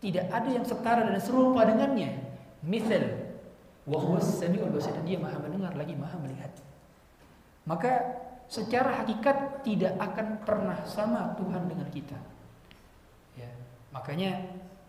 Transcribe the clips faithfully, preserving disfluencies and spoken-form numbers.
tidak ada yang setara dan serupa dengannya. Misal wa huwas samiul basir, dia Maha mendengar lagi Maha melihat. Maka secara hakikat tidak akan pernah sama Tuhan dengan kita. Ya, makanya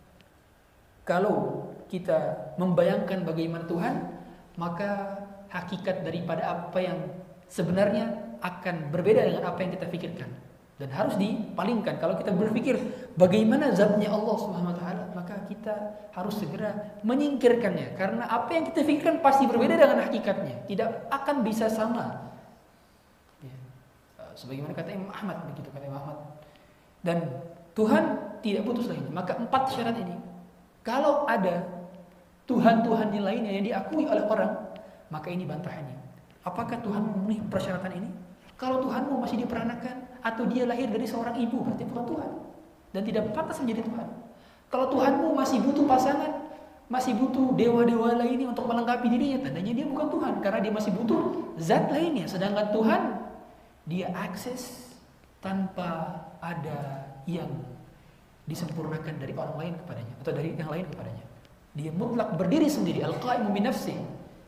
kalau kita membayangkan bagaimana Tuhan, maka hakikat daripada apa yang sebenarnya akan berbeda dengan apa yang kita pikirkan. Dan harus dipalingkan. Kalau kita berpikir bagaimana zatnya Allah Subhanahu wa taala, maka kita harus segera menyingkirkannya, karena apa yang kita pikirkan pasti berbeda dengan hakikatnya, tidak akan bisa sama. Ya. Sebagaimana kata Imam Ahmad, begitu kata Imam Ahmad. Dan Tuhan tidak putus lainnya. Maka empat syarat ini, kalau ada Tuhan-Tuhan yang lainnya yang diakui oleh orang, maka ini bantahannya. Apakah Tuhan memenuhi persyaratan ini? Kalau Tuhanmu masih diperanakan atau dia lahir dari seorang ibu, berarti bukan Tuhan dan tidak pantas menjadi Tuhan. Kalau Tuhanmu masih butuh pasangan, masih butuh dewa-dewa lainnya untuk melengkapi dirinya, tandanya dia bukan Tuhan, karena dia masih butuh zat lainnya. Sedangkan Tuhan, dia akses tanpa ada yang disempurnakan dari orang lain kepadanya atau dari yang lain kepadanya. Dia mutlak berdiri sendiri, al-qa'imu bi nafsihi.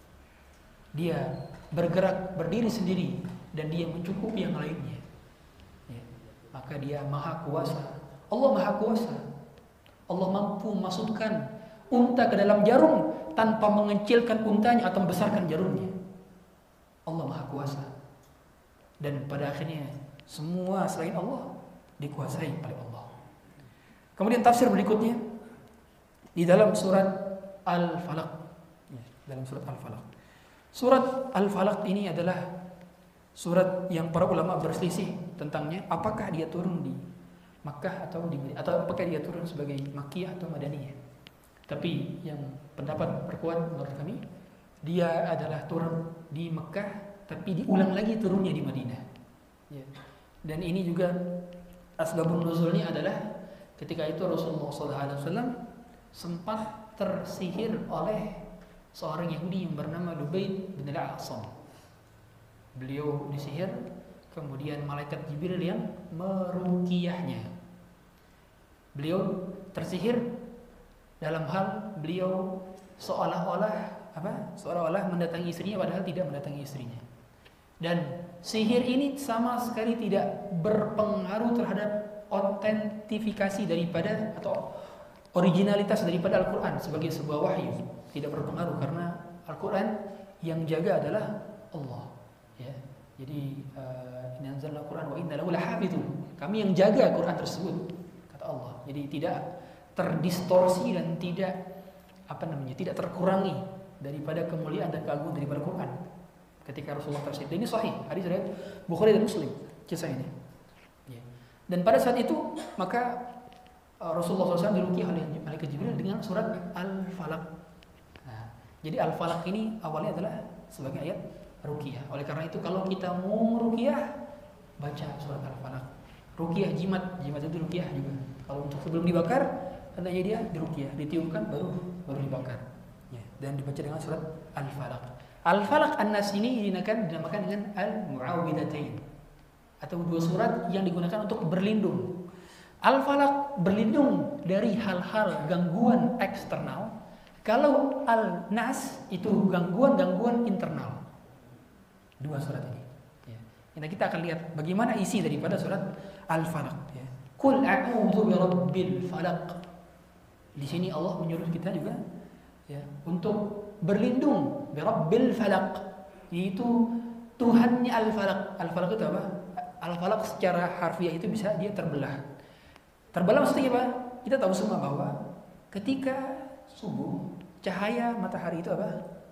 Dia bergerak berdiri sendiri dan dia mencukupi yang lainnya. Ya. Maka dia maha kuasa. Allah maha kuasa. Allah mampu memasukkan unta ke dalam jarum tanpa mengecilkan untanya atau membesarkan jarumnya. Allah maha kuasa. Dan pada akhirnya semua selain Allah dikuasai oleh Allah. Kemudian tafsir berikutnya di dalam surat Al-Falaq. Ya, dalam surat Al-Falaq. Surat Al-Falaq ini adalah surat yang para ulama berselisih tentangnya, apakah dia turun di Makkah atau di atau apakah dia turun sebagai Makkiyah atau Madaniyah. Tapi yang pendapat terkuat menurut kami, dia adalah turun di Makkah tapi diulang lagi turunnya di Madinah. Ya. Dan ini juga asbabun nuzulnya adalah ketika itu Rasulullah shallallahu alaihi wasallam sempat tersihir oleh seorang Yahudi yang bernama Lubayd bin al-A'sam. Beliau disihir, kemudian malaikat Jibril yang meruqyahnya. Beliau tersihir dalam hal beliau seolah-olah apa? Seolah-olah mendatangi istrinya padahal tidak mendatangi istrinya. Dan sihir ini sama sekali tidak berpengaruh terhadap autentifikasi daripada atau originalitas daripada Al-Quran sebagai sebuah wahyu. Tidak berpengaruh karena Al-Quran yang jaga adalah Allah. Ya. Jadi inna anzalna Al-Quran wa inna lahu lahafizun. Kami yang jaga Al-Quran tersebut, kata Allah. Jadi tidak terdistorsi dan tidak apa namanya, tidak terkurangi daripada kemuliaan dan keagungan daripada Al-Quran. Ketika Rasulullah tersihir, ini sahih, hadis riwayat Bukhari dan Muslim kisah ini. Ya. Dan pada saat itu maka Rasulullah shallallahu alaihi wasallam diruqyah oleh malaikat Jibril dengan surat Al-Falaq. Nah, jadi Al-Falaq ini awalnya adalah sebagai ayat ruqyah. Oleh karena itu kalau kita mau ruqyah, baca surat Al-Falaq. Ruqyah jimat, jimat itu ruqyah juga. Kalau untuk sebelum dibakar, hendaknya dia diruqyah, ditiupkan baru baru dibakar. Ya, dan dibaca dengan surat Al-Falaq. Al-Falaq An-Nas ini dinamakan dinamakan dengan Al-Mu'awwidhatain, atau dua surat yang digunakan untuk berlindung. Al-Falaq berlindung dari hal-hal gangguan eksternal. Kalau Al-Nas itu gangguan-gangguan internal. Dua surat ini. Ya. Nah, kita akan lihat bagaimana isi daripada surat Al-Falaq. Ya. Qul a'udzu birabbil falaq. Di sini Allah menyuruh kita juga ya, untuk berlindung birabbil falaq, yaitu Tuhannya Al-Falaq. Al-Falaq itu apa? Al-Falaq secara harfiah itu bisa dia terbelah. Terbelah maksudnya apa? Kita tahu semua bahwa ketika subuh cahaya matahari itu apa?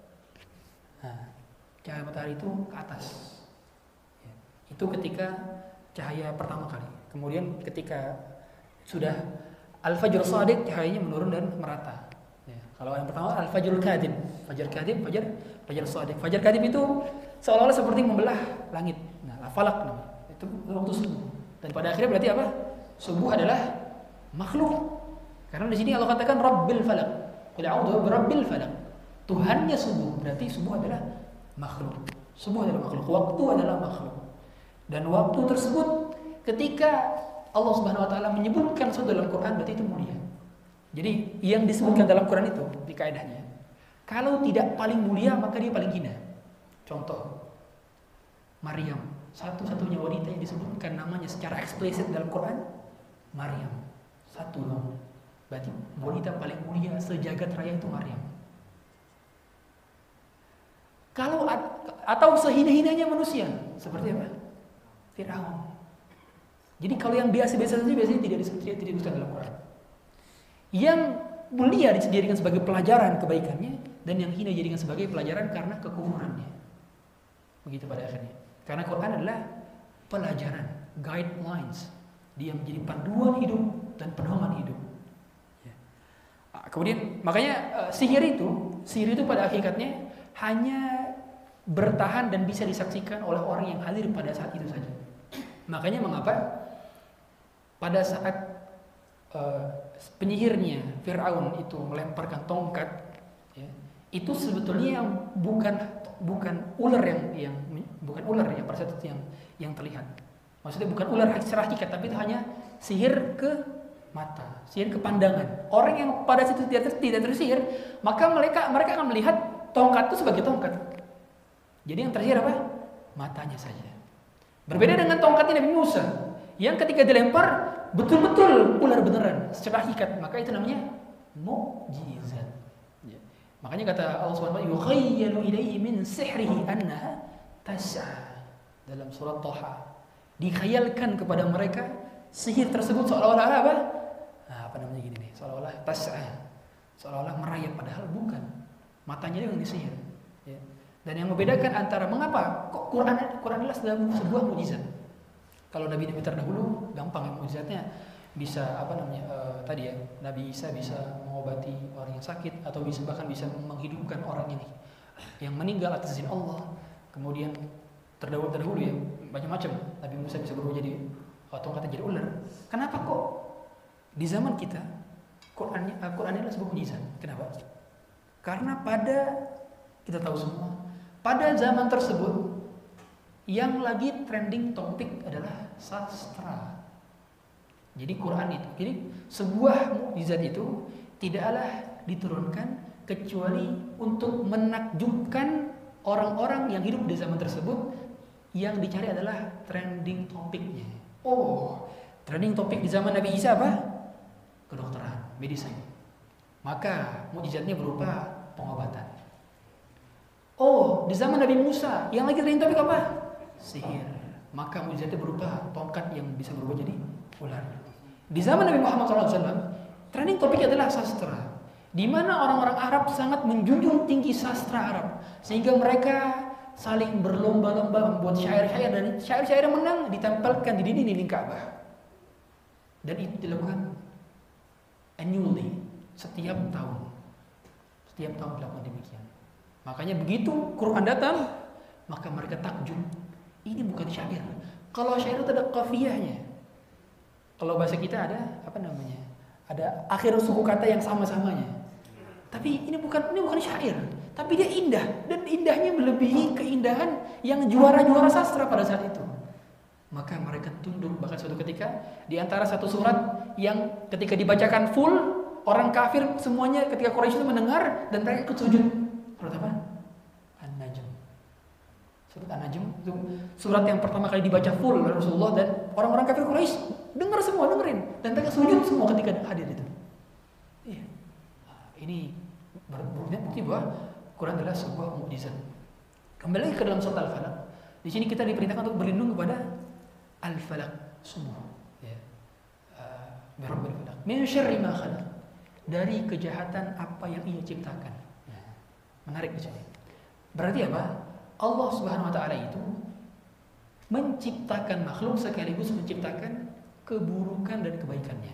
Nah, cahaya matahari itu ke atas. Ya. Itu ketika cahaya pertama kali. Kemudian ketika sudah Al-Fajr Shadiq, cahayanya menurun dan merata. Ya. Kalau yang pertama Al-Fajrul Kadhib, Fajar Kadhib, Fajar Fajar Shadiq. Fajar Kadhib itu seolah-olah seperti membelah langit. Nah, Al-Falaq namanya. Itu waktu subuh. Dan pada akhirnya berarti apa? Subuh adalah makhluk. Karena di sini Allah katakan Rabbil Falaq. Qul a'udzu birabbil falaq. Tuhannya subuh, berarti subuh adalah makhluk. Subuh adalah makhluk, waktu adalah makhluk. Dan waktu tersebut ketika Allah Subhanahu wa taala menyebutkan sesuatu dalam Quran berarti itu mulia. Jadi yang disebutkan dalam Quran itu di kaidahnya, kalau tidak paling mulia maka dia paling hina. Contoh, Maryam, satu-satunya wanita yang disebutkan namanya secara eksplisit dalam Quran, Maryam. Satu loh. Berarti wanita paling mulia sejagat raya itu Maryam. Kalau atau sehina-hinanya manusia, seperti apa? Firaun. Jadi kalau yang biasa-biasa saja biasanya tidak disebutkan tidak disebutkan dalam Quran. Yang mulia dijadikan sebagai pelajaran kebaikannya, dan yang hina dijadikan sebagai pelajaran karena kekufurannya. Begitu pada akhirnya. Karena Quran adalah pelajaran, guidelines. Dia menjadi panduan hidup dan pedoman hidup. Ya. Kemudian makanya uh, sihir itu, sihir itu pada hakikatnya hanya bertahan dan bisa disaksikan oleh orang yang hadir pada saat itu saja. Makanya mengapa pada saat uh, penyihirnya Fir'aun itu melemparkan tongkat, ya, itu sebetulnya yang bukan bukan ular yang yang bukan ular yang pada saat itu yang yang terlihat. Maksudnya bukan ular secara hakikat, tapi itu hanya sihir ke mata, sihir ke pandangan. Orang yang pada situ tidak tidak tersihir, maka mereka mereka akan melihat tongkat itu sebagai tongkat. Jadi yang tersihir apa? Matanya saja. Berbeda dengan tongkatnya Nabi Musa, yang ketika dilempar betul-betul ular beneran secara hakikat, maka itu namanya mukjizat. Ya. Makanya kata Allah Subhanahu wa taala, "Yukhayyalu ilayhi min sihrihi annaha tas'a." Dalam surat Thaha, dikhayalkan kepada mereka sihir tersebut seolah-olah apa? Nah, apa namanya gini nih, seolah-olah tas'a, seolah-olah merayap, padahal bukan. Matanya yang disihir. Ya. Dan yang membedakan antara mengapa kok Quran Quran adalah sebuah mukjizat. Kalau nabi-nabi terdahulu gampang ya mukjizatnya, bisa apa namanya uh, tadi ya, Nabi Isa bisa mengobati orang yang sakit, atau bisa bahkan bisa menghidupkan orang yang yang meninggal atas izin Allah. Kemudian terdahulu terdahulu ya macam-macam. Nabi Musa bisa berubah jadi uh, tongkatnya jadi ular. Kenapa kok di zaman kita Quran uh, Quran adalah sebuah mukjizat? Kenapa? Karena pada kita tahu semua, pada zaman tersebut yang lagi trending topik adalah sastra. Jadi Quran itu, jadi sebuah mukjizat itu tidaklah diturunkan kecuali untuk menakjubkan orang-orang yang hidup di zaman tersebut. Yang dicari adalah trending topiknya. Oh, trending topik di zaman Nabi Isa apa? Kedokteran, medicine. Maka mukjizatnya berupa pengobatan. Oh, di zaman Nabi Musa yang lagi trending topik apa? Sihir. Maka mukjizatnya berupa tongkat yang bisa berubah jadi ular. Di zaman Nabi Muhammad shallallahu alaihi wasallam, trending topik adalah sastra, di mana orang-orang Arab sangat menjunjung tinggi sastra Arab, sehingga mereka saling berlomba-lomba membuat syair-syair, dan syair-syair yang menang ditempelkan di dinding-dinding Ka'bah. Dan itu dilakukan annually, setiap tahun. Setiap tahun dilakukan demikian. Makanya begitu Quran datang, maka mereka takjub. Ini bukan syair. Kalau syair itu ada qafiyahnya. Kalau bahasa kita ada apa namanya? Ada akhir suku kata yang sama-samanya. Tapi ini bukan ini bukan syair, tapi dia indah, dan indahnya melebihi keindahan yang juara-juara sastra pada saat itu. Maka mereka tunduk, bahkan suatu ketika di antara satu surat yang ketika dibacakan full, orang kafir semuanya ketika Quraisy itu mendengar dan mereka ikut sujud. Surat apa? An-Najm. Surat An-Najm itu surat yang pertama kali dibaca full oleh Rasulullah, dan orang-orang kafir Quraisy dengar semua, dengerin, dan mereka sujud semua ketika hadir itu. Iya. Ini bukti bahwa Quran adalah sebuah mukjizat. Kembali lagi ke dalam surat Al-Falaq. Di sini kita diperintahkan untuk berlindung kepada Al-Falaq, subuh. Ya. Birabbil falaq. Min syarri ma khalaq. Dari kejahatan apa yang Ia ciptakan. Ya. Menarik di sini. Berarti apa? Allah Subhanahu wa taala itu menciptakan makhluk sekaligus menciptakan keburukan dan kebaikannya.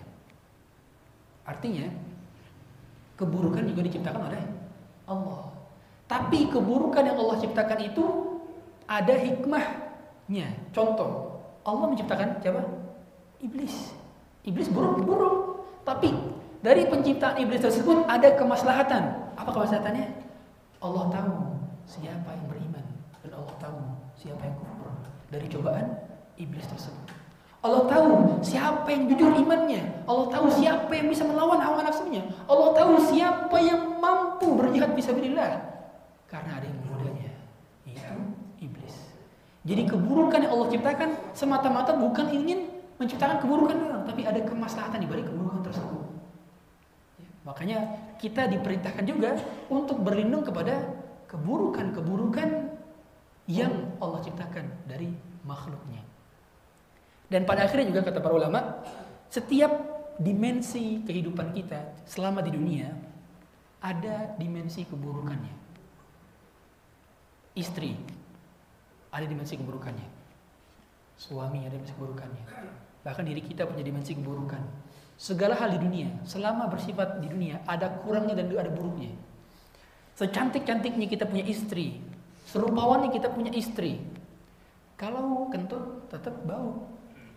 Artinya keburukan juga diciptakan oleh Allah. Tapi keburukan yang Allah ciptakan itu ada hikmahnya. Contoh, Allah menciptakan siapa? Iblis. Iblis buruk-buruk. Tapi dari penciptaan iblis tersebut ada kemaslahatan. Apa kemaslahatannya? Allah tahu siapa yang beriman, dan Allah tahu siapa yang kufur dari cobaan iblis tersebut. Allah tahu siapa yang jujur imannya. Allah tahu siapa yang bisa melawan hawa nafsunya. Allah tahu siapa yang mampu berjihad fisabilillah. Karena ada yang menggodanya, yaitu iblis. Jadi keburukan yang Allah ciptakan semata-mata bukan ingin menciptakan keburukan orang, tapi ada kemaslahatan di balik keburukan tersebut. Ya, makanya kita diperintahkan juga untuk berlindung kepada keburukan-keburukan yang Allah ciptakan dari makhluknya. Dan pada akhirnya juga kata para ulama, setiap dimensi kehidupan kita selama di dunia ada dimensi keburukannya. Istri ada dimensi keburukannya, suami ada dimensi keburukannya, bahkan diri kita punya dimensi keburukan. Segala hal di dunia selama bersifat di dunia ada kurangnya dan ada buruknya. Secantik-cantiknya kita punya istri, serupawannya kita punya istri, kalau kentut tetap bau.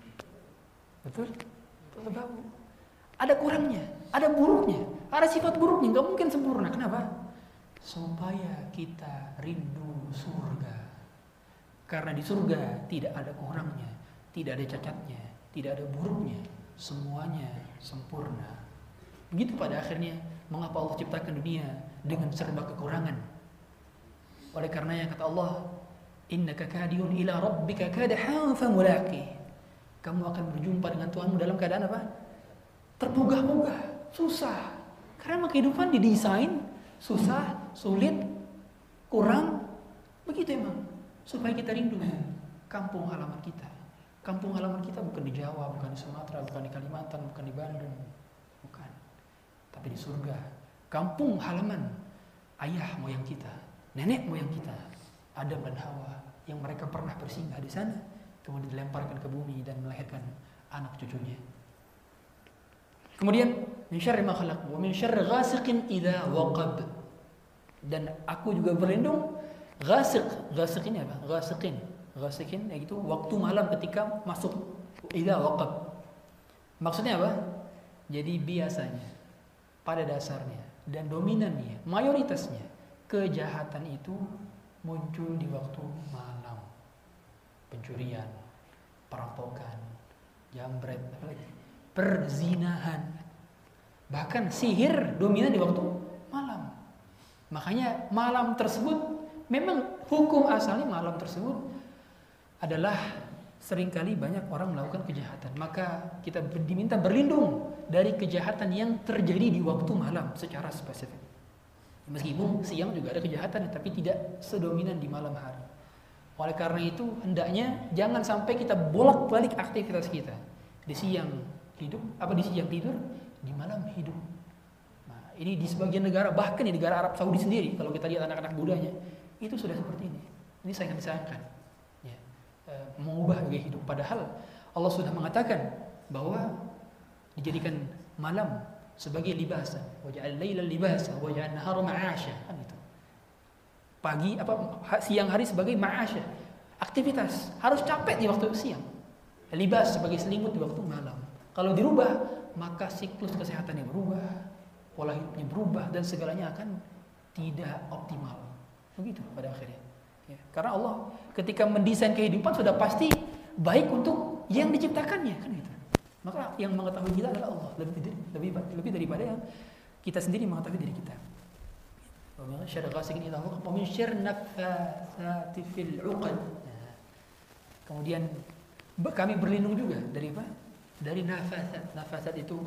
Betul? Tetap bau. Ada kurangnya, ada buruknya, ada sifat buruknya, nggak mungkin sempurna. Kenapa? Supaya kita rindu surga. Karena di surga tidak ada kurangnya, tidak ada cacatnya, tidak ada buruknya, semuanya sempurna. Begitu pada akhirnya mengapa Allah ciptakan dunia dengan serba kekurangan. Oleh karenanya kata Allah, innaka kadihun ila rabbika kadahan famulaqih. Kamu akan berjumpa dengan Tuhanmu dalam keadaan apa? Terpogah-pogah, susah. Karena kehidupan didesain susah, sulit, kurang, begitu emang. Supaya kita rindu kampung halaman kita. Kampung halaman kita bukan di Jawa, bukan di Sumatera, bukan di Kalimantan, bukan di Bandung, bukan. Tapi di surga. Kampung halaman ayah moyang kita, nenek moyang kita, Adam dan Hawa, yang mereka pernah bersinggah di sana, kemudian dilemparkan ke bumi dan melahirkan anak cucunya. Kemudian min syarri ma khalaq wa min syarri ghasiqin idza waqab. Dan aku juga berlindung ghasiq. Ghasiq ini apa? Ghasiqin. Ghasiqin yaitu waktu malam ketika masuk idza waqab. Maksudnya apa? Jadi biasanya pada dasarnya dan dominannya, mayoritasnya kejahatan itu muncul di waktu malam. Pencurian, perampokan, jambret, apa lagi? Perzinahan, bahkan sihir dominan di waktu malam. Makanya malam tersebut memang hukum asalnya malam tersebut adalah seringkali banyak orang melakukan kejahatan. Maka kita diminta berlindung dari kejahatan yang terjadi di waktu malam secara spesifik. Meskipun siang juga ada kejahatan, tapi tidak sedominan di malam hari. Oleh karena itu hendaknya jangan sampai kita bolak-balik aktivitas kita. Di siang hidup, apa di siang tidur, di malam hidup. Nah, ini di sebagian negara, bahkan di negara Arab Saudi sendiri, kalau kita lihat anak-anak mudanya, itu sudah seperti ini. Ini sangat disayangkan. Ya, e, mengubah gaya hidup. Padahal Allah sudah mengatakan bahwa dijadikan malam sebagai libasa, waja'al laila libasa, waja'al nahara ma'asya, kan itu. Pagi apa siang hari sebagai ma'asya, aktivitas, harus capek di waktu siang. Libas sebagai selimut di waktu malam. Kalau dirubah, maka siklus kesehatannya berubah, pola hidupnya berubah, dan segalanya akan tidak optimal. Begitu pada akhirnya. Ya, karena Allah ketika mendesain kehidupan sudah pasti baik untuk yang diciptakannya, kan gitu. Maka yang mengetahui kita adalah Allah, lebih lebih lebih daripada yang kita sendiri mengetahui diri kita. Wa min syarri ghasiqin idza waqab wa min syarri naffatsati fil 'uqad. Kemudian kami berlindung juga dari apa? Dari nafasat. Nafasat itu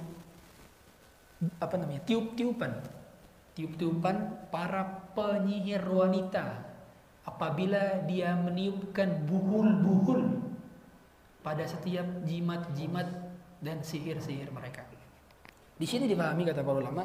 apa namanya? Tiup-tiupan. Tiup-tiupan para penyihir wanita apabila dia meniupkan buhul-buhul pada setiap jimat-jimat dan sihir-sihir mereka. Di sini dipahami kata para ulama,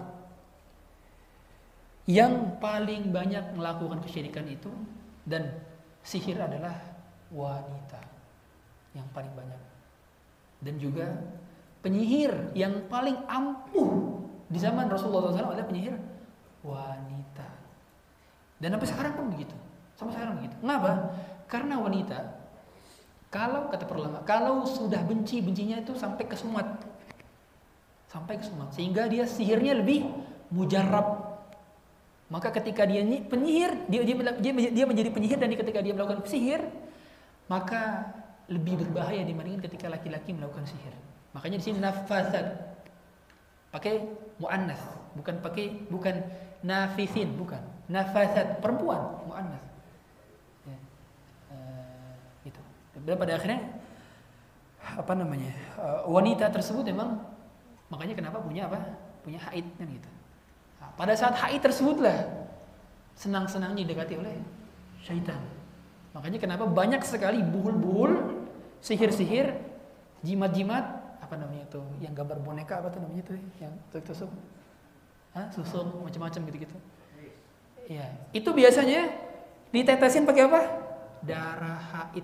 yang paling banyak melakukan kesyirikan itu dan sihir adalah wanita yang paling banyak. Dan juga penyihir yang paling ampuh di zaman Rasulullah shallallahu alaihi wasallam adalah penyihir wanita. Dan sampai sekarang pun begitu. Sampai sekarang begitu. Kenapa? Karena wanita, kalau kata para ulama, kalau sudah benci, bencinya itu sampai ke sumat. Sampai ke sumat. Sehingga dia sihirnya lebih mujarab. Maka ketika dia penyihir, dia, dia, dia, dia menjadi penyihir, dan ketika dia melakukan sihir, maka lebih berbahaya dibandingkan ketika laki-laki melakukan sihir. Makanya di sini nafasat pakai muannas, bukan pakai bukan nafisin, bukan. Nafasat perempuan muannas. Ya. Uh, gitu. Dan pada akhirnya apa namanya? Uh, wanita tersebut memang makanya kenapa punya apa? Punya haid kan gitu. Nah, pada saat haid tersebutlah senang-senangnya didekati oleh syaitan. Makanya kenapa banyak sekali buhul-buhul, sihir-sihir, jimat-jimat, apa namanya itu, yang gambar boneka apa tuh namanya itu, yang tusuk-tusuk, Hah? susuk, macam-macam gitu-gitu. Iya, itu biasanya ditetesin pakai apa? Darah haid.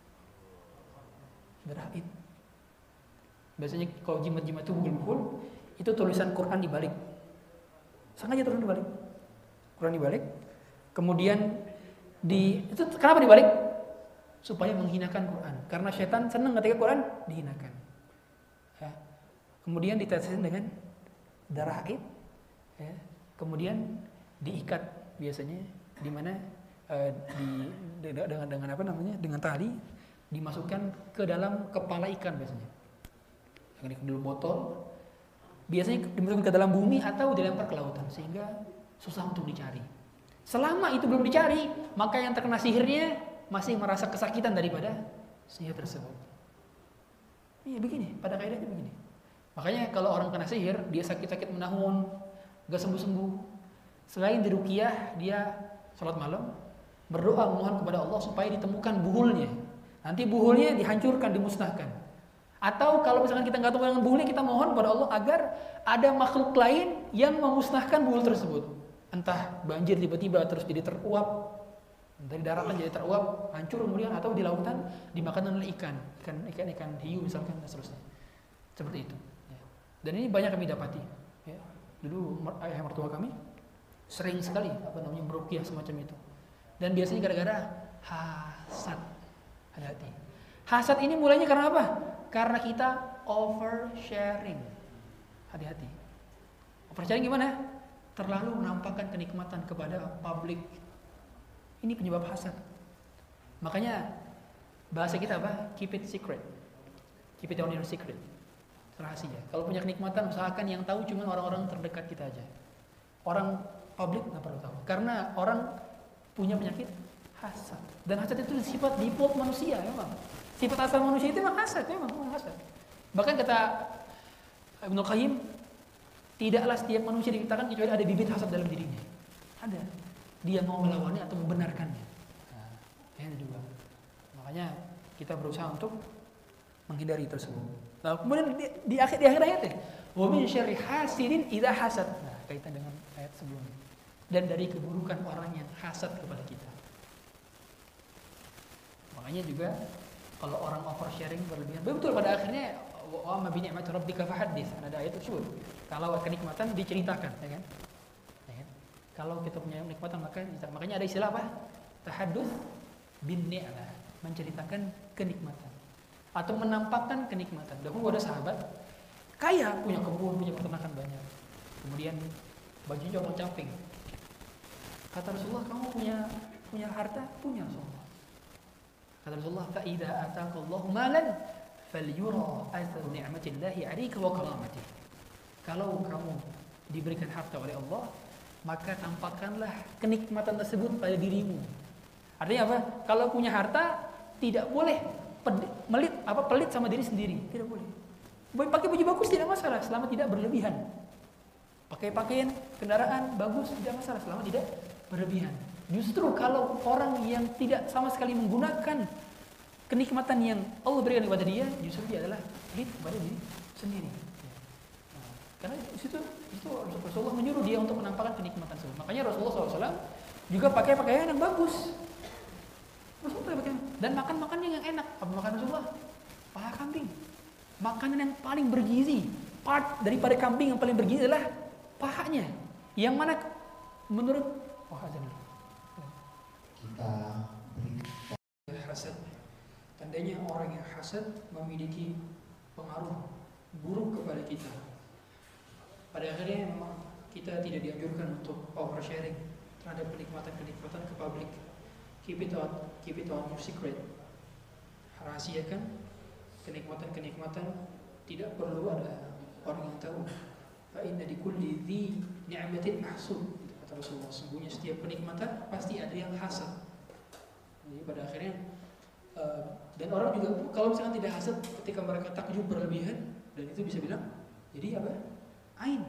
Darah haid. Biasanya kalau jimat-jimat itu buhul-buhul, itu tulisan Quran dibalik. Sengaja tulisan dibalik. Quran dibalik. Kemudian di itu kenapa dibalik? Supaya menghinakan Quran. Karena setan senang ketika Quran dihinakan. Ya. Kemudian ditetesin dengan darah haid. Ya. Kemudian diikat biasanya di mana uh, di dengan dengan apa namanya? Dengan tali dimasukkan ke dalam kepala ikan biasanya. Dengan di dalam botol. Biasanya dimasukkan ke dalam bumi atau dilempar ke lautan sehingga susah untuk dicari. Selama itu belum dicari, maka yang terkena sihirnya masih merasa kesakitan daripada sihir tersebut. Iya begini, pada kaidahnya begini. Makanya kalau orang kena sihir, dia sakit-sakit menahun, gak sembuh-sembuh. Selain diruqyah, dia salat malam, berdoa memohon kepada Allah supaya ditemukan buhulnya. Nanti buhulnya dihancurkan, dimusnahkan. Atau kalau misalkan kita nggak tahu dengan buhulnya, kita mohon kepada Allah agar ada makhluk lain yang memusnahkan buhul tersebut. Entah banjir tiba-tiba terus jadi teruap, dari daratan jadi teruap, hancur kemudian, atau di lautan dimakan oleh ikan, ikan ikan ikan hiu misalkan dan seterusnya. Seperti itu. Dan ini banyak kami dapati. Ya. Dulu ayah mertua kami sering sekali apa namanya meruqyah semacam itu. Dan biasanya gara-gara hasad. Hati-hati. Hasad ini mulainya karena apa? Karena kita oversharing. Hati-hati. Oversharing gimana? Terlalu menampakkan kenikmatan kepada publik. Ini penyebab hasad. Makanya bahasa kita apa? Keep it secret. Keep it on your secret. Rahasia. Kalau punya kenikmatan, usahakan yang tahu cuma orang-orang terdekat kita aja. Orang publik nggak perlu tahu. Karena orang punya penyakit hasad. Dan hasad itu sifat default manusia memang. Sifat asal manusia itu memang hasad, memang, memang hasad. Bahkan kata Ibnu Qayyim, tidaklah setiap manusia diciptakan kecuali ada bibit hasad dalam dirinya. Ada. Dia mau melawannya atau membenarkannya. Nah, yang kedua. Makanya kita berusaha untuk menghindari tersebut. Nah, kemudian di, di akhir di akhir ayatnya, wa min syarri hasidin idza hasad. Nah, kaitan dengan ayat sebelumnya. Dan dari keburukan orang yang hasad kepada kita. Makanya juga kalau orang oversharing berlebihan, betul pada akhirnya wa ma bi ni'mati rabbika fahaddits. Ada ayat usul. Kalau kenikmatan diceritakan, ya kan? Ya kan? Kalau kita punya kenikmatan maka makanya ada istilah apa? Tahadduts bin ni'mah, menceritakan kenikmatan atau menampakkan kenikmatan. Dahulu ada sahabat kaya, punya kebun, punya peternakan banyak. Kemudian bajunya orang camping. Kata Rasulullah, kamu punya punya harta? Punya Rasulullah. Kata Rasulullah, fa idza ataqallahu malan falyura atharu ni'matillahi 'alaika wa karamatihi. Kalau kamu diberikan harta oleh Allah, maka tampakkanlah kenikmatan tersebut pada dirimu. Artinya apa? Kalau punya harta tidak boleh pelit, melit apa pelit sama diri sendiri, tidak boleh. Pakai baju bagus tidak masalah selama tidak berlebihan. Pakai pakaian, kendaraan bagus tidak masalah selama tidak berlebihan. Justru kalau orang yang tidak sama sekali menggunakan kenikmatan yang Allah berikan kepada dia, justru dia adalah pelit kepada diri sendiri. Nah, karena di situ itu Rasulullah menyuruh dia untuk menampakkan kenikmatan tersebut. Makanya Rasulullah shallallahu alaihi wasallam juga pakai pakaian yang bagus. Rasulullah pakai dan makan makanan yang enak. Apa makan Rasulullah? Paha kambing. Makanan yang paling bergizi. Part daripada kambing yang paling bergizi adalah pahanya. Yang mana menurut oh azan kita beri hasad. Tandanya orang yang hasad memiliki pengaruh buruk kepada kita. Pada akhirnya memang kita tidak dianjurkan untuk oversharing terhadap kenikmatan-kenikmatan ke publik. Keep it on, keep it on your secret. rahasiakan kenikmatan-kenikmatan, tidak perlu ada orang yang tahu. Fa inna likulli dzi ni'matin mahsud, kata Rasulullah. Sungguhnya setiap kenikmatan pasti ada yang hasad. Jadi pada akhirnya uh, dan orang juga kalau misalkan tidak hasad, ketika mereka takjub berlebihan, dan itu bisa bilang jadi apa? Ain.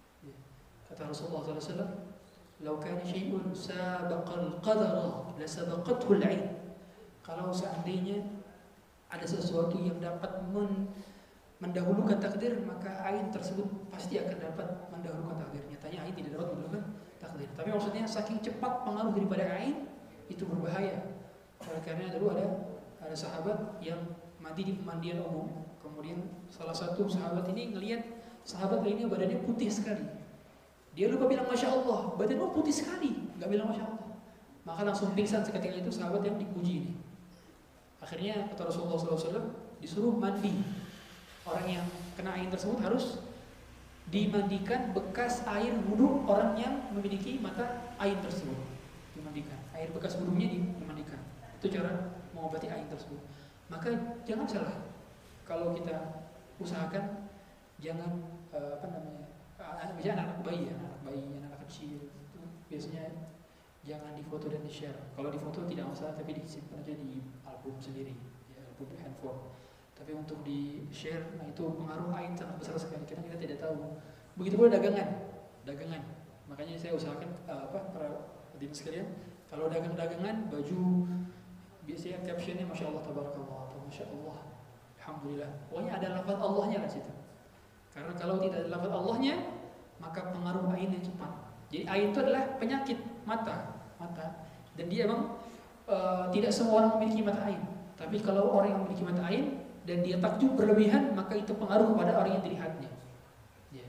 Kata Rasulullah sallallahu alaihi wasallam, "Lau kana syai'un sabaqal qadara la sabaqathu al-'ain." Kalau seandainya ada sesuatu yang dapat men mendahulukan takdir, maka ain tersebut pasti akan dapat mendahulukan takdir. Nyatanya ain tidak dapat mendahulukan takdir. Tapi maksudnya saking cepat pengaruh daripada ain itu berbahaya. Oleh karena dulu ada ada sahabat yang mandi di pemandian umum, kemudian salah satu sahabat ini ngelihat sahabat lainnya badannya putih sekali. Dia lupa bilang masya Allah, badanmu putih sekali, nggak bilang masya Allah. Maka langsung pingsan seketika itu sahabat yang dipuji ini. Akhirnya kata Rasulullah sallallahu alaihi wasallam disuruh mandi. Orang yang kena ain tersebut harus dimandikan bekas air wudhu orang yang memiliki mata ain tersebut. Dimandikan, air bekas wudhunya dimandikan. Itu cara mengobati ain tersebut. Maka jangan salah, kalau kita usahakan jangan uh, apa namanya, anak biasanya anak bayi ya, anak bayi, anak kecil itu biasanya jangan difoto dan di-share. Kalau difoto tidak masalah, tapi disimpan aja di album sendiri, ya, album di handphone. Tapi untuk di-share, nah itu pengaruh ain sangat besar sekali. Kita kita tidak tahu. Begitu pula dagangan, dagangan. Makanya saya usahakan uh, apa para hadirin sekalian, kalau dagang-dagangan baju biasanya captionnya masya Allah tabarakallah atau masya Allah alhamdulillah. Pokoknya ada lafaz Allahnya lah situ. Karena kalau tidak ada lafaz Allahnya, maka pengaruh ainnya cepat. Jadi ain itu adalah penyakit mata, mata. Dan dia memang uh, tidak semua orang memiliki mata ain. Tapi kalau orang yang memiliki mata ain dan dia takjub berlebihan, maka itu pengaruh kepada orang yang dilihatnya. Ya.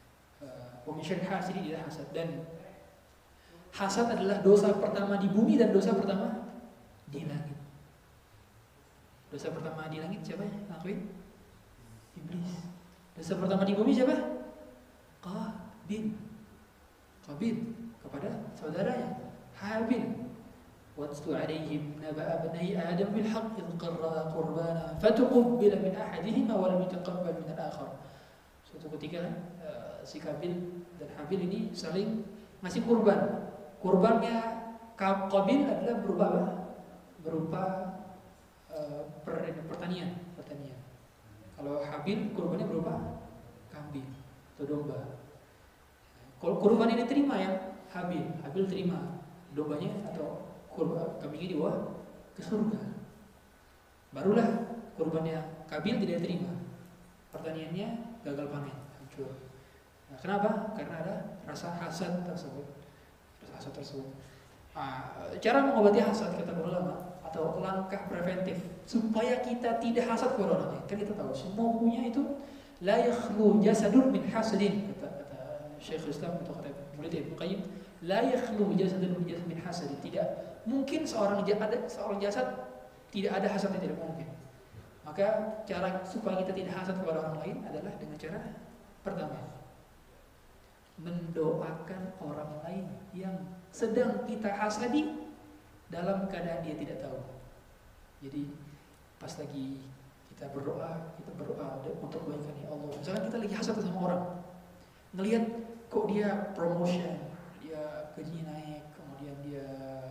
Wa min syarri hasidin idza hasad. Dan hasad adalah dosa pertama di bumi dan dosa pertama di langit. Dosa pertama di langit siapa yang ngakuin? Iblis. Dosa pertama di bumi siapa? Qabil. Qabil kepada saudaranya Habil. واتل عليهم نبأ بني آدم بالحق إذ قربا قربانا فتقبل من أحدهما ولم يتقبل من الآخر. Suatu ketika uh, si Qabil dan Habil ini saling ngasih kurban. Kurbannya Qabil adalah berupa apa? Berupa uh, per, pertanian, pertanian. Kalau Habil kurbannya berupa kambing atau domba. Kalau kurban ini terima ya Habil, Habil terima dombanya atau kurban kambingnya dibawa ke surga. Barulah kurbannya Qabil tidak terima. Pertaniannya gagal panen, hancur. Nah, kenapa? Karena ada rasa hasad tersebut. Rasa hasad tersebut. Nah, cara mengobati hasad kata ulama atau langkah preventif supaya kita tidak hasad kepada orang lain. Kan kita tahu semua punya itu la yakhlu jasadun min hasadin, kata kata Syekh Islam atau kata murid Ibnu Qayyim, la yakhlu jasadun min hasadin. Tidak mungkin seorang ada seorang jasad tidak ada hasadnya, tidak mungkin. Maka cara supaya kita tidak hasad kepada orang lain adalah dengan cara pertama, mendoakan orang lain yang sedang kita hasadi dalam keadaan dia tidak tahu. Jadi pas lagi kita berdoa, kita berdoa untuk kebaikan ya Allah. Misalkan kita lagi hasad sama orang, ngelihat kok dia promotion, dia gajinya naik, kemudian dia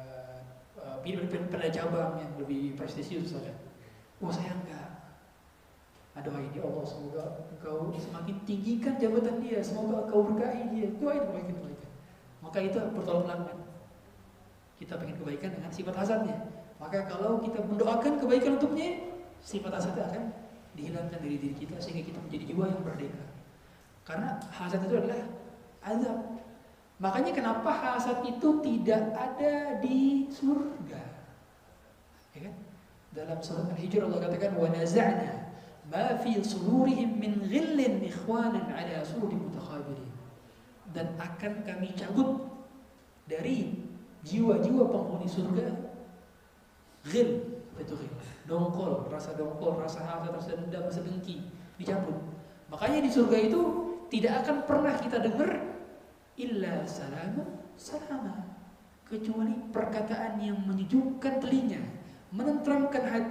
pada cabang yang lebih prestisius misalnya. Oh saya enggak. Doain ya Allah, semoga engkau semakin tinggikan jabatan dia, semoga engkau berkahi dia. Doain kebaikan-kebaikan. Maka itu pertolongan belakang. Kita pengen kebaikan dengan sifat hasadnya. Maka kalau kita mendoakan kebaikan untuknya, sifat hasad akan dihilangkan dari diri kita sehingga kita menjadi jiwa yang merdeka. Karena hasad itu adalah azab. Makanya kenapa hasad itu tidak ada di surga? Ya kan? Dalam surat Al-Hijr Allah katakan wa naza'na ma fi sururihim min ghillin ikhwanan ala sururin mutakhabilin. Dan akan kami cabut dari jiwa-jiwa penghuni surga ghil, itu ghil, dongkol, rasa dongkol, rasa hasad, rasa dendam, rasa dengki dicabut. Makanya di surga itu tidak akan pernah kita dengar illa salama salama, kecuali perkataan yang menyejukkan telinga, menenteramkan hati,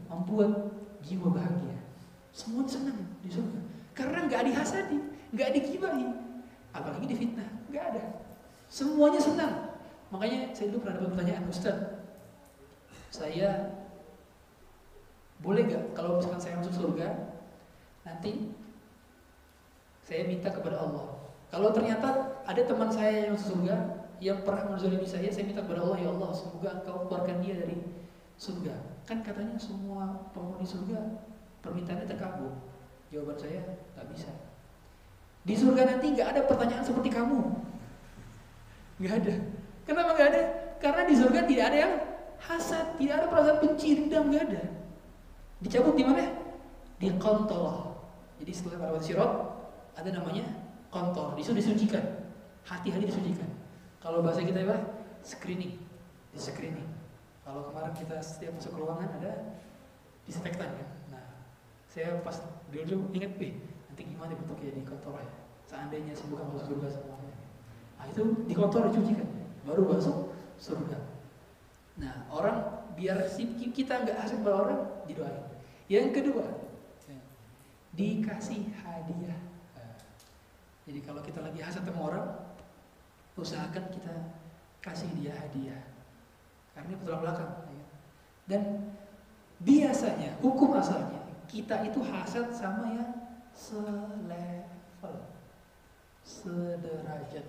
membuat jiwa bahagia. Semua senang di surga. Karena nggak dihasadi, nggak digibahi, apalagi difitnah, nggak ada. Semuanya senang. Makanya saya dulu pernah dapat pertanyaan, Ustaz, saya boleh nggak kalau misalkan saya masuk surga, nanti saya minta kepada Allah. Kalau ternyata ada teman saya yang masuk surga, yang pernah menzalimi saya, saya minta kepada Allah, ya Allah, semoga Engkau keluarkan dia dari surga. Kan katanya semua penghuni surga permintaannya terkabul. Jawaban saya, nggak bisa. Di surga nanti nggak ada pertanyaan seperti kamu, nggak ada. Kenapa nggak ada? Karena di surga tidak ada yang hasad, tidak ada perasaan benci, dendam, nggak ada. Dicabut di mana? Di qantarah. Jadi setelah melewati sirat ada namanya qantarah, disuruh disucikan, hati-hati disucikan. Kalau bahasa kita apa? Screening, di screening. Kalau kemarin kita setiap masuk ke ruangan ada disinfektan kan. Nah, saya pas dulu ingat, eh nanti gimana bentuknya di qantarah ya? Seandainya semoga masuk surga semuanya. Nah itu di qantarah dicucikan, baru masuk surga. Nah orang biar kita nggak hasad pada orang, didoain. Yang kedua, dikasih hadiah. Jadi kalau kita lagi hasad sama orang, usahakan kita kasih dia hadiah. Karena ini bertolak belakang. Dan biasanya hukum asalnya kita itu hasad sama yang selevel, sederajat,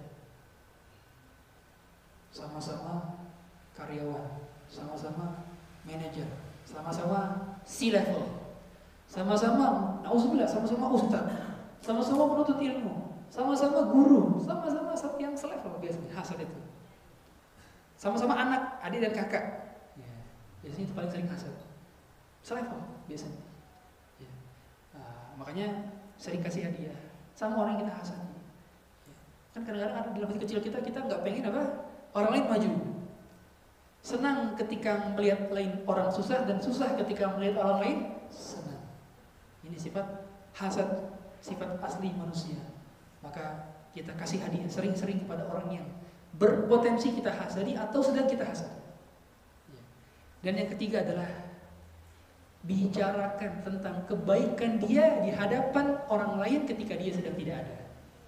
sama-sama karyawan, sama-sama manajer, sama-sama C-level, sama-sama nauzubillah, sama-sama ustaz, sama-sama penuntut ilmu, sama-sama guru, sama-sama yang selevel. Biasanya hasad itu sama-sama anak, adik dan kakak, ya, biasanya itu paling sering hasad. Selevel biasanya ya. Nah, makanya sering kasih hadiah sama orang yang kita hasad ya. Kan kadang-kadang ada dalam hati kecil kita, kita nggak pengen apa orang lain maju. Senang ketika melihat lain orang susah, dan susah ketika melihat orang lain senang. Ini sifat hasad, sifat asli manusia. Maka kita kasih hadiah sering-sering kepada orang yang berpotensi kita hasadi atau sedang kita hasadi. Dan yang ketiga adalah bicarakan tentang kebaikan dia di hadapan orang lain ketika dia sedang tidak ada.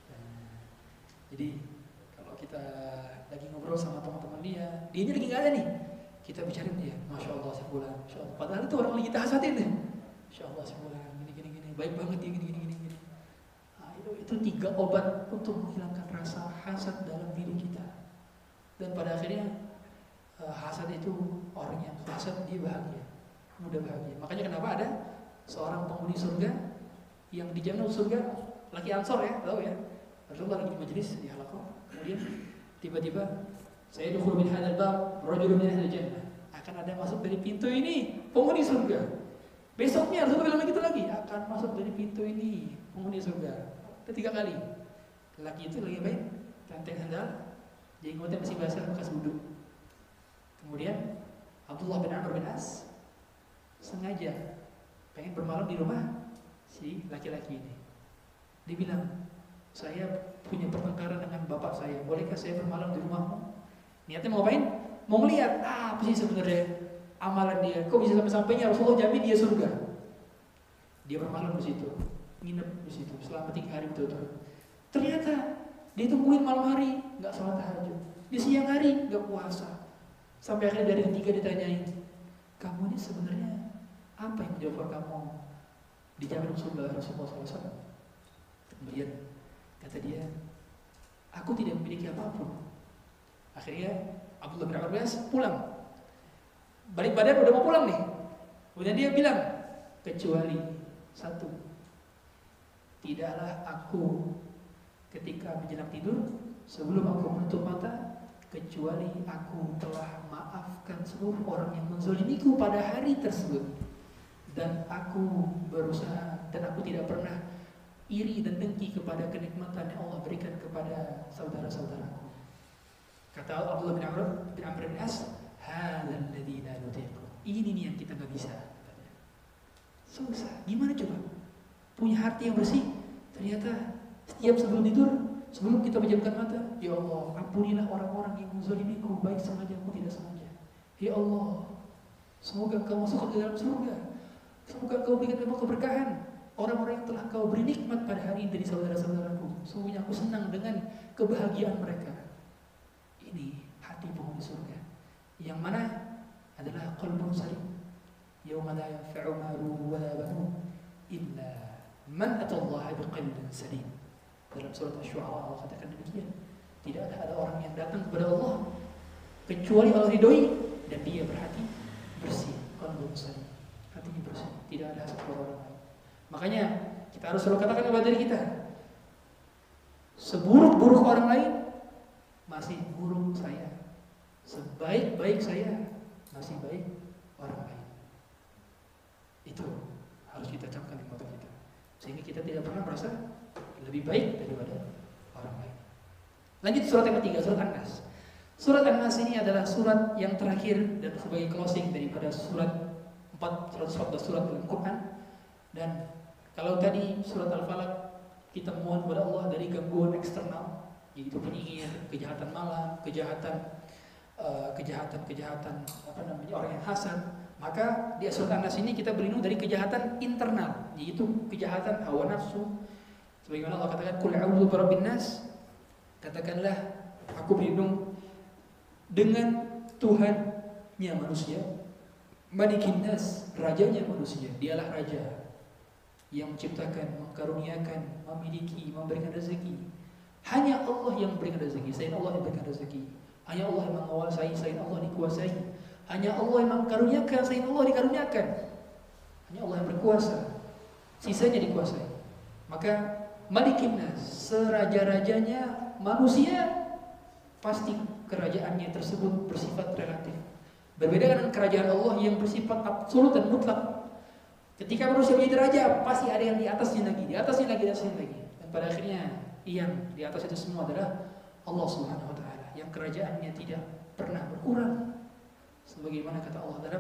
Jadi kalau kita lagi ngobrol sama teman-teman dia, dia lagi nggak ada nih, kita bicarain dia, masya Allah sebulan, masya Allah. Padahal itu orang lagi kita hasadin nih, masya Allah sebulan, gini gini gini, baik banget dia gini gini gini. gini. Nah, itu itu tiga obat untuk menghilangkan rasa hasad dalam diri kita. Dan pada akhirnya uh, hasad itu orang yang hasad dia bahagia, mudah bahagia. Makanya kenapa ada seorang penghuni surga yang dijamin surga, laki Ansor ya, tahu ya. Rasulullah lagi di majelis di halaqah, kemudian tiba-tiba saya dukhul min hadzal bab rajulun min ahli jannah, akan ada masuk dari pintu ini penghuni surga. Besoknya Rasulullah bilang gitu lagi, akan masuk dari pintu ini penghuni surga. Ketiga kali. Laki itu lagi baik, tenteng sandal, jenggotnya masih basah bekas wudhu. Kemudian Abdullah bin Amr bin As sengaja pengen bermalam di rumah si laki-laki ini. Dia bilang, saya punya pertengkaran dengan bapak saya, bolehkah saya bermalam di rumahmu? Niatnya mau ngapain? Mau ngeliat ah, apa sih sebenarnya amalan dia. Kok bisa sampai-sampainya Rasulullah jamin dia surga. Dia bermalam di situ, nginep di situ selama tiga hari betul-betul. Ternyata dia tungguin malam hari nggak sholat tahajud, di siang hari nggak puasa. Sampai akhirnya dari ketiga ditanyain, kamu ini sebenarnya apa yang menjawab kamu dijamin surga Rasulullah shallallahu alaihi wasallam? Kemudian kata dia, aku tidak memiliki apapun. Akhirnya Abdullah bin Amr pulang, balik badan udah mau pulang nih. Kemudian dia bilang, kecuali satu, tidaklah aku ketika menjelang tidur sebelum aku menutup mata, kecuali aku telah maafkan seluruh orang yang menzalimiku pada hari tersebut, dan aku berusaha, dan aku tidak pernah iri dan dengki kepada kenikmatan yang Allah berikan kepada saudara-saudaraku. Kata Abdullah bin Amr bin Amr bin As, hadzal ladzi la nutiqu. Ini nih yang kita nggak bisa. Susah. Gimana coba? Punya hati yang bersih, ternyata setiap sebelum tidur, sebelum kita menjamkan mata, ya Allah, ampunilah orang-orang yang menzalimiku, baik sengaja maupun tidak sengaja. Ya Allah, semoga Engkau masuk ke dalam surga Semoga kau berikan kami keberkahan orang-orang yang telah kau beri nikmat pada hari ini dari saudara-saudaraku. Sungguhnya aku senang dengan kebahagiaan mereka. Ini hati penghuni surga, yang mana adalah qalbun salim. Yauma la yanfa'u malun wala banun illa man atallaha biqalbin salim. Dalam surat Asy-Syu'ara Allah katakan demikian. Tidak ada orang yang datang kepada Allah kecuali Allah ridhoi dan dia berhati bersih, qalbun salim. Hatinya bersih, tidak ada hasad orang lain. Makanya kita harus selalu katakan kepada diri kita, seburuk-buruk orang lain masih buruk saya, sebaik-baik saya masih baik orang lain. Itu harus kita camkan di mata kita, sehingga kita tidak pernah merasa lebih baik daripada orang lain. Lanjut surat yang ketiga, surat An-Nas. Surat An-Nas ini adalah surat yang terakhir dan sebagai closing daripada surat empat ratus empat belas surat dalam Quran. Dan kalau tadi surat Al-Falaq kita mohon kepada Allah dari gangguan eksternal, yaitu penyihir, kejahatan malam, kejahatan uh, kejahatan-kejahatan apa namanya orang yang hasad. Maka di surat An-Nas ini kita berlindung dari kejahatan internal, yaitu kejahatan hawa nafsu. Sebagaimana Allah katakan, "Qul a'udzu birabbin nas." Katakanlah, aku berlindung dengan Tuhannya manusia, Malikin nas, rajanya manusia. Dialah raja yang menciptakan, mengkaruniakan, memiliki, memberikan rezeki. Hanya Allah yang memberikan rezeki, selain Allah yang memberikan rezeki. Hanya Allah yang menguasai, selain Allah dikuasai. Hanya Allah yang mengkaruniakan, selain Allah dikaruniakan. Hanya Allah yang berkuasa, sisanya dikuasai. Maka Malikin nas, seraja-rajanya manusia, pasti kerajaannya tersebut bersifat relatif. Berbeda dengan kerajaan Allah yang bersifat absolut dan mutlak. Ketika manusia menjadi raja, pasti ada yang di atasnya lagi, di atasnya lagi, di atasnya lagi. Dan pada akhirnya, yang di atas itu semua adalah Allah Subhanahu Wa Taala, yang kerajaannya tidak pernah berkurang. Sebagaimana kata Allah dalam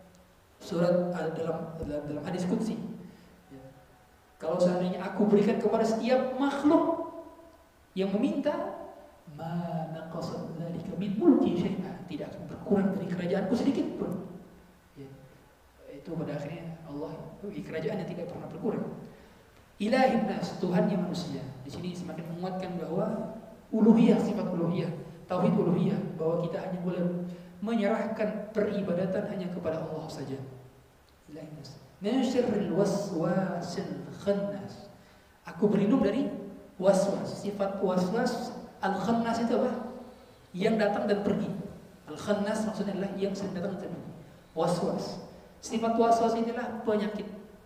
surat dalam dalam, dalam hadis qudsi, ya, kalau seandainya aku berikan kepada setiap makhluk yang meminta, ma naqasa dzalika min mulki syai'an, tidak akan berkurang dari kerajaanku sedikit pun. Ya. Itu pada akhirnya Allah, kerajaannya tidak pernah berkurang. Ilahin nas, Tuhannya manusia. Di sini semakin menguatkan bahwa uluhiyah, sifat uluhiyah, tauhid uluhiyah, bahwa kita hanya boleh menyerahkan peribadatan hanya kepada Allah saja. Ilahin nas. Min syarril waswasil khannas. Aku berlindung dari waswas. Sifat waswas al-khannas itu apa? Yang datang dan pergi. Al-khannas maksudnya adalah yang sering datang dan pergi. Waswas. Sifat waswas inilah penyakit.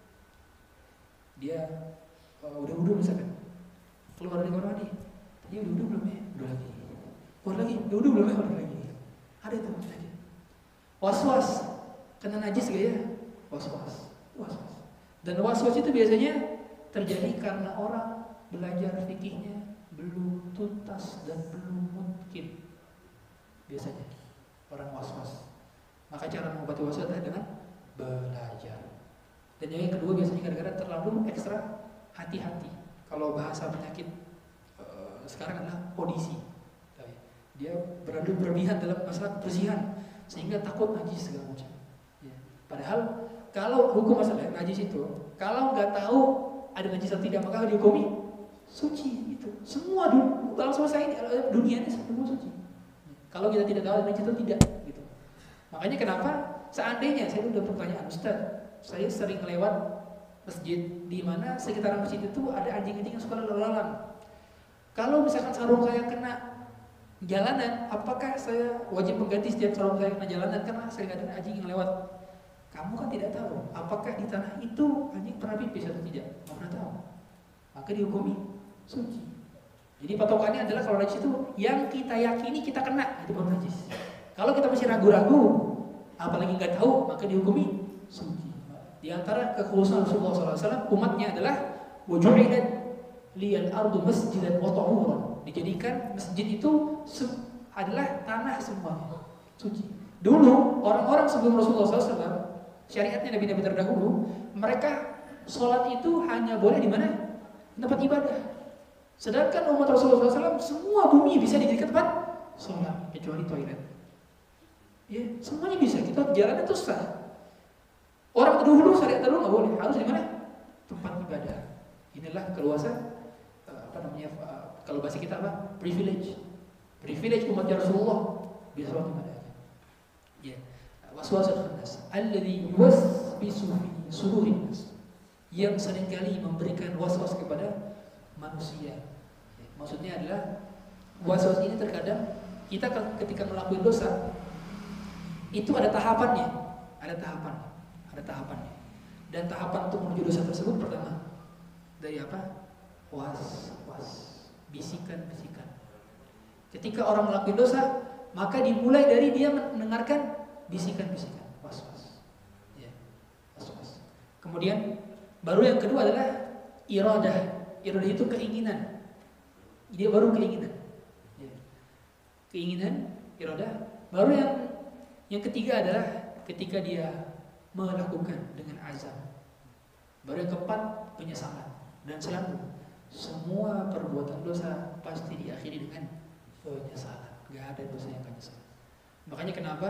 Dia uh, udah udah misalkan keluar dari kamar mandi, dia udah udah belum ya? Udah lagi. Keluar lagi, udah udah belum ya? Udah lagi. Ada itu penyakit. Waswas, kena najis gak ya? Waswas. Waswas. Dan waswas itu biasanya terjadi karena orang belajar fikihnya belum tuntas dan belum mungkin. Biasanya orang waswas. Maka cara mengobati waswas adalah dengan belajar. Dan yang kedua biasanya gara-gara terlalu ekstra hati-hati. Kalau bahasa penyakit uh, sekarang adalah audisi. Dia beradu berlebihan dalam masalah kebersihan sehingga takut najis segala macam. Ya. Padahal kalau hukum masalah najis itu, kalau nggak tahu ada najis atau tidak, maka dihukumi suci. Itu semua dalam semesta ini, dunia ini semua suci. Kalau kita tidak tahu ada najis atau tidak, gitu. Makanya kenapa seandainya saya udah pertanyaan, Ustaz, saya sering lewat masjid di mana sekitaran masjid itu ada anjing-anjing yang suka lalu-lalang. Kalau misalkan sarung saya kena jalanan, apakah saya wajib mengganti setiap sarung saya kena jalanan karena saya nggak ada anjing yang lewat? Kamu kan tidak tahu apakah di tanah itu anjing pernah pipis atau tidak, nggak pernah tahu. Maka dihukumi suci. Jadi patokannya adalah kalau najis itu yang kita yakini kita kena, itu baru najis. Kalau kita masih ragu-ragu, apalagi nggak tahu, maka dihukumi suci. Di antara kekhususan Rasulullah shallallahu alaihi wasallam umatnya adalah wuju'ilat liyal ardu masjidan wa tahuran. Dijadikan masjid itu adalah tanah semuanya suci. Dulu orang-orang sebelum Rasulullah shallallahu alaihi wasallam, syariatnya nabi-nabi terdahulu, mereka sholat itu hanya boleh di mana? Tempat ibadah. Sedangkan umat Rasulullah shallallahu alaihi wasallam semua bumi bisa dijadikan tempat sholat kecuali toilet. Ya, semuanya bisa. Kita jalan itu sah. Orang terdahulu, syariat terdahulu nggak boleh, harus di mana? Tempat ibadah. Inilah keluasan uh, apa namanya? Uh, kalau bahasa kita apa? Privilege. Privilege umat Rasulullah bisa waktu ibadah. Ya. Waswasul khannas alladzi yuwaswisu fi sudurin nas. Yang seringkali memberikan waswas kepada manusia. Ya. Maksudnya adalah waswas ini terkadang kita ketika melakukan dosa itu ada tahapannya, ada tahapannya. Ada tahapannya. Dan tahapan untuk menuju dosa tersebut pertama dari apa? Was, was, bisikan-bisikan. Ketika orang melakukan dosa, maka dimulai dari dia mendengarkan bisikan-bisikan, was, was. Ya, was, was. Kemudian baru yang kedua adalah iradah. Iradah itu keinginan. Dia baru keinginan. Ya. Keinginan, iradah. Baru yang yang ketiga adalah ketika dia melakukan dengan azam. Baru yang keempat penyesalan. Dan selalu semua perbuatan dosa pasti diakhiri dengan penyesalan. Gak ada dosa yang gak nyesal. Makanya kenapa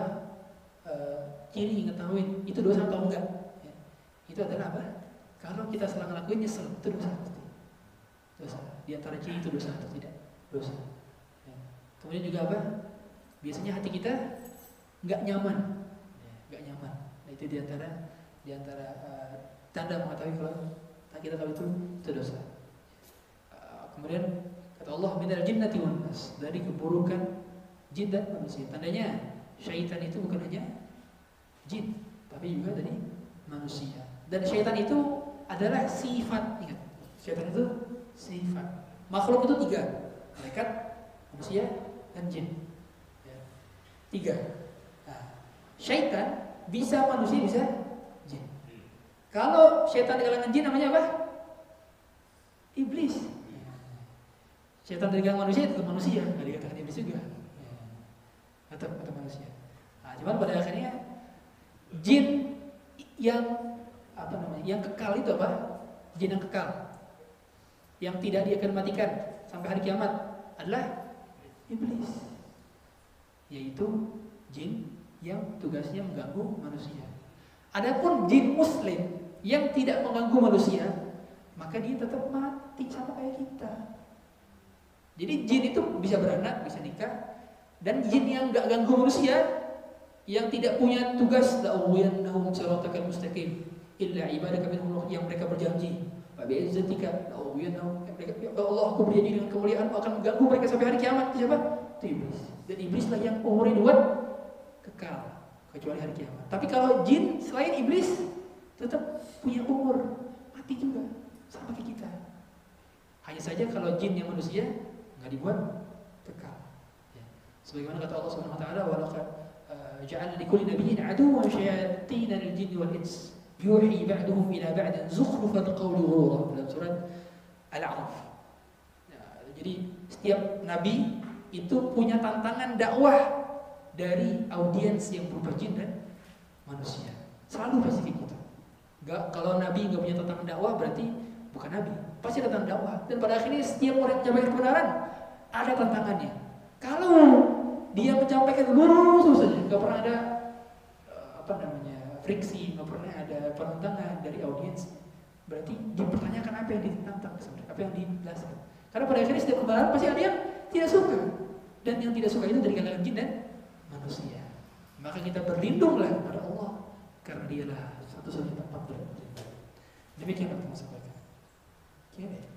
uh, ciri ngetahuin itu dosa atau enggak ya. Itu adalah apa? Kalau kita salah ngelakuin nyesel, itu dosa pasti. Dosa. Di antara ciri itu dosa atau tidak? Dosa ya. Kemudian juga apa? Biasanya hati kita gak nyaman ya, gak nyaman. Nah, itu diantara diantara uh, tanda mengetahui kalau kita tahu itu itu dosa. Uh, kemudian kata Allah minal jinnati wan nas, dari keburukan jin dan manusia. Tandanya syaitan itu bukan hanya jin, tapi juga dari manusia. Dan syaitan itu adalah sifat, ingat. Syaitan itu sifat. Makhluk itu tiga, malaikat, manusia, dan jin. Ya. Tiga. Nah, syaitan bisa manusia, bisa jin. Kalau syaitan di kalangan jin namanya apa? Iblis. Syaitan dari kalangan manusia itu manusia, nggak dikatakan iblis juga. Tetap tetap manusia. Nah, cuman pada akhirnya jin yang apa namanya? Yang kekal itu apa? Jin yang kekal, yang tidak dia akan matikan sampai hari kiamat adalah iblis, yaitu jin yang tugasnya mengganggu manusia. Adapun jin muslim yang tidak mengganggu manusia, maka dia tetap mati sama kayak kita. Jadi jin itu bisa beranak, bisa nikah, dan jin yang enggak ganggu manusia, yang tidak punya tugas la'uwiyannahum siratakal mustaqim illa ibadaka minhum, yang mereka berjanji wa bi'izzatika la'uwiyannahum, ya Allah, aku berjanji dengan kemuliaan akan mengganggu mereka sampai hari kiamat. Siapa? Itu iblis. Dan iblislah yang umurnya dua kekal kecuali hari kiamat. Tapi kalau jin selain iblis tetap punya umur, mati juga sama kayak kita. Hanya saja kalau jin yang manusia nggak dibuat kekal. Ya. Sebagaimana kata Allah Subhanahu Wa Taala, walaqad ja'alna likulli nabiyyin aduwwan syayatin al-jinn wal ins yuhi ba'duhum ila ba'din zukhrufal qawli ghurura, dalam surat Al-A'raf. Ya, jadi setiap nabi itu punya tantangan dakwah dari audiens yang berupa jin dan manusia. Selalu pasti gitu. Gak, kalau nabi nggak punya tantangan dakwah berarti bukan nabi. Pasti ada tantangan dakwah. Dan pada akhirnya setiap orang yang menyampaikan kebenaran ada tantangannya. Kalau dia menyampaikan lurus saja, nggak pernah ada apa namanya friksi, nggak pernah ada penentangan dari audiens, berarti dipertanyakan apa yang ditantang sebenarnya, apa yang dijelaskan. Karena pada akhirnya setiap kebenaran pasti ada yang tidak suka, dan yang tidak suka itu dari kalangan jin dan manusia. Maka kita berlindunglah kepada Allah, karena dialah satu-satunya tempat berlindung. Demikian yang saya sampaikan. Oke.